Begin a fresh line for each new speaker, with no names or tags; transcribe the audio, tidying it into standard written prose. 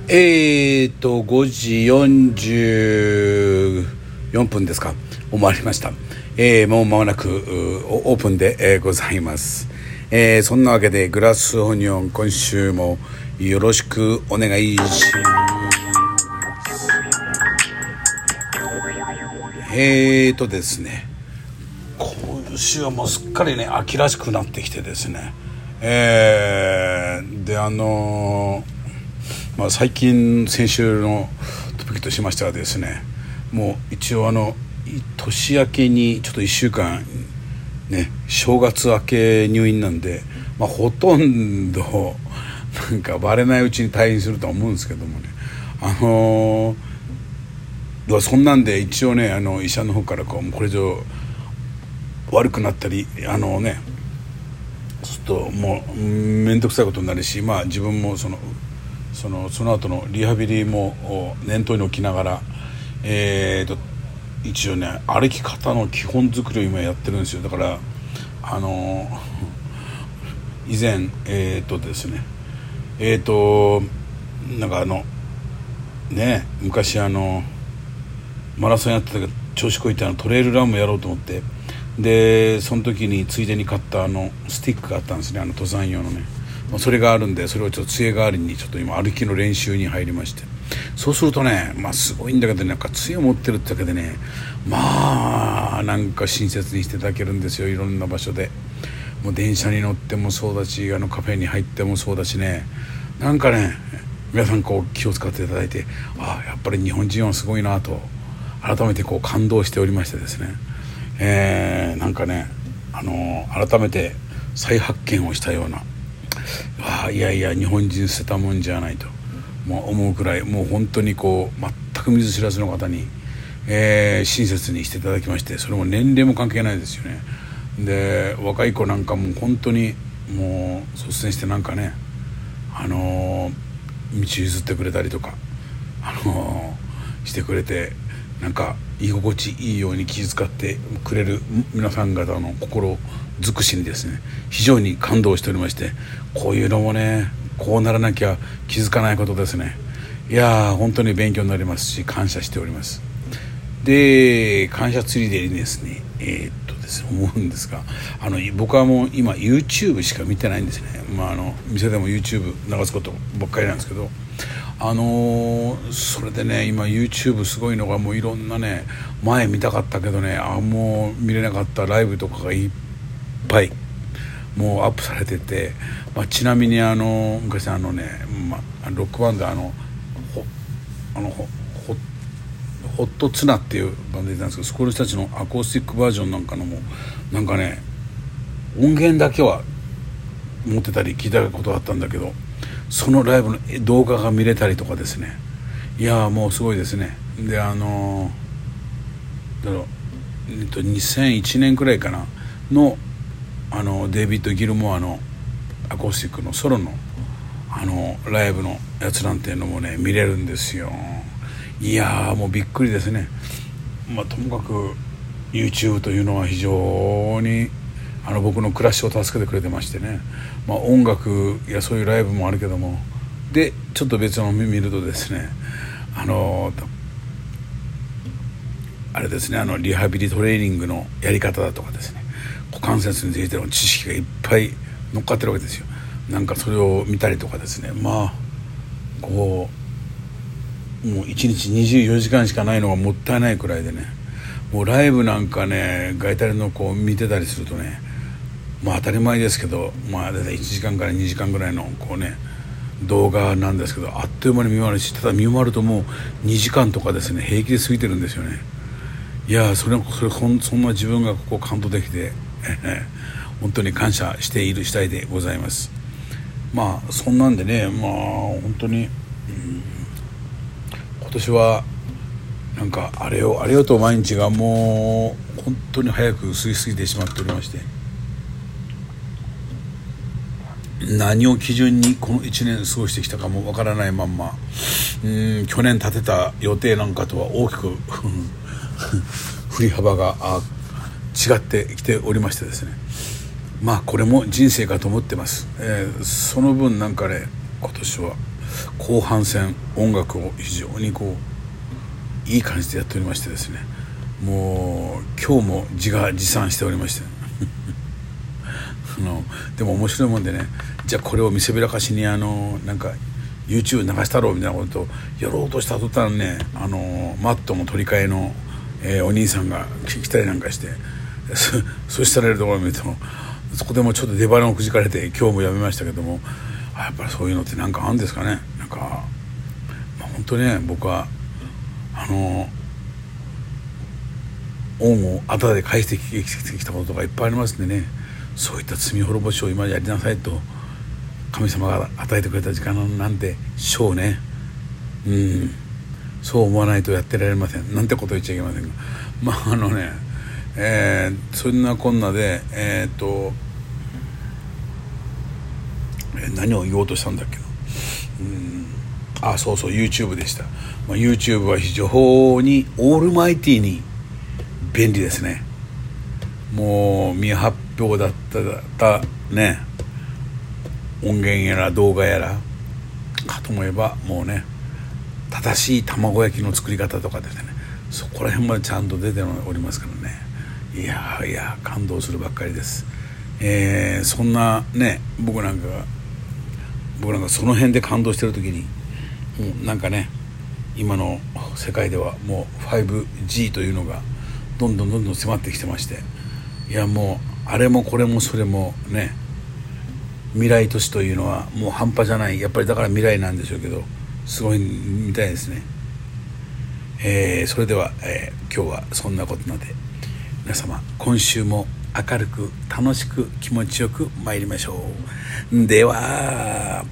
5時44分ですか、終わりました。もう間もなくオープンで、ございます。そんなわけでグラスオニオン、今週もよろしくお願いします。ですね、今週はもうすっかりね秋らしくなってきてですね、で最近先週のトピックとしましてはですね、もう一応年明けにちょっと1週間ね、正月明け入院なんで、ほとんどなんかバレないうちに退院するとは思うんですけどもね、そんなんで一応ね医者の方からこれ以上悪くなったりちょっともう面倒くさいことになるし、自分もその後のリハビリも念頭に置きながら、一応ね歩き方の基本作りを今やってるんですよ。だから以前ですねなんかね、昔マラソンやってたけど調子こいてトレイルランもやろうと思って、でその時についでに買ったスティックがあったんですね、登山用のね。それがあるんで、それをちょっと杖代わりにちょっと今歩きの練習に入りまして、そうするとね、すごいんだけど、なんか杖を持ってるってだけでね、なんか親切にしていただけるんですよ、いろんな場所で。もう電車に乗ってもそうだし、カフェに入ってもそうだしね、なんかね皆さん気を使っていただいて、やっぱり日本人はすごいなと改めて感動しておりましてですね、なんかね改めて再発見をしたような、いやいや日本人捨てたもんじゃないと思うくらい、もう本当に全く見ず知らずの方に、親切にしていただきまして、それも年齢も関係ないですよね。で若い子なんかも本当にもう率先してなんかね道譲ってくれたりとかしてくれて、なんか居心地いいように気遣ってくれる皆さん方の心尽くしにですね、非常に感動しておりまして、こういうのもねこうならなきゃ気づかないことですね。いや本当に勉強になりますし感謝しております。で感謝ついでにですね思うんですが、僕はもう今 YouTube しか見てないんですね。店でも YouTube 流すことばっかりなんですけど、それでね今 YouTube すごいのが、もういろんなね前見たかったけどねもう見れなかったライブとかがいっぱいもうアップされてて、ちなみに昔ロックバンドホットツナっていうバンドでいたんですけど、そこの人たちのアコースティックバージョンなんかのもなんかね音源だけは持ってたり聞いたことがあったんだけど、そのライブの動画が見れたりとかですね、いやもうすごいですね。で2001年くらいかなのデイビッド・ギルモアのアコースティックのソロのライブのやつなんていうのもね見れるんですよ。いやもうびっくりですね。ともかく YouTube というのは非常に僕の暮らしを助けてくれてましてね、音楽やそういうライブもあるけども、でちょっと別の見るとですねあれですねリハビリトレーニングのやり方だとかですね、股関節についての知識がいっぱい乗っかってるわけですよ。なんかそれを見たりとかですね、もう1日24時間しかないのがもったいないくらいでね、もうライブなんかねガイタレの見てたりするとね、当たり前ですけど大体1時間から2時間ぐらいの動画なんですけど、あっという間に見終わるし、ただ見終わるともう2時間とかですね平気で過ぎてるんですよね。いやそんな自分が感動できて本当に感謝している次第でございます。そんなんでね本当に、今年はなんかあれよと毎日がもう本当に早く過ぎ過ぎてしまっておりまして、何を基準にこの1年過ごしてきたかもわからないまんま、去年立てた予定なんかとは大きく振り幅が違ってきておりましてですね、これも人生かと思ってます。その分なんかね今年は後半戦音楽を非常にいい感じでやっておりましてですね、もう今日も自画自賛しておりましてでも面白いもんでね、じゃあこれを見せびらかしになんか YouTube 流したろうみたいなことをやろうとした途端ね、マットも取り替えの、お兄さんが来たりなんかしてそしたらいるところを見ると、そこでもちょっと出花をくじかれて今日もやめましたけども、やっぱりそういうのってなんかあるんですかね。なんか、本当にね、僕は恩をあだで返してきたことがいっぱいありますんでね、そういった罪滅ぼしを今やりなさいと神様が与えてくれた時間なんでしょうね。そう思わないとやってられませんなんてこと言っちゃいけませんが、そんなこんなで何を言おうとしたんだっけな。そうそう YouTube でした。YouTube は非常にオールマイティに便利ですね。もう未発表だったね、音源やら動画やらかと思えば、もうね、正しい卵焼きの作り方とかですね、そこら辺までちゃんと出ておりますからね、いや感動するばっかりです。そんなね、僕なんかその辺で感動してる時に、なんかね、今の世界ではもう 5G というのがどんどん迫ってきてまして、いやもうあれもこれもそれもね、未来都市というのはもう半端じゃない、やっぱりだから未来なんでしょうけど、すごいみたいですね。それでは、今日はそんなことなので、皆様今週も明るく楽しく気持ちよく参りましょう。では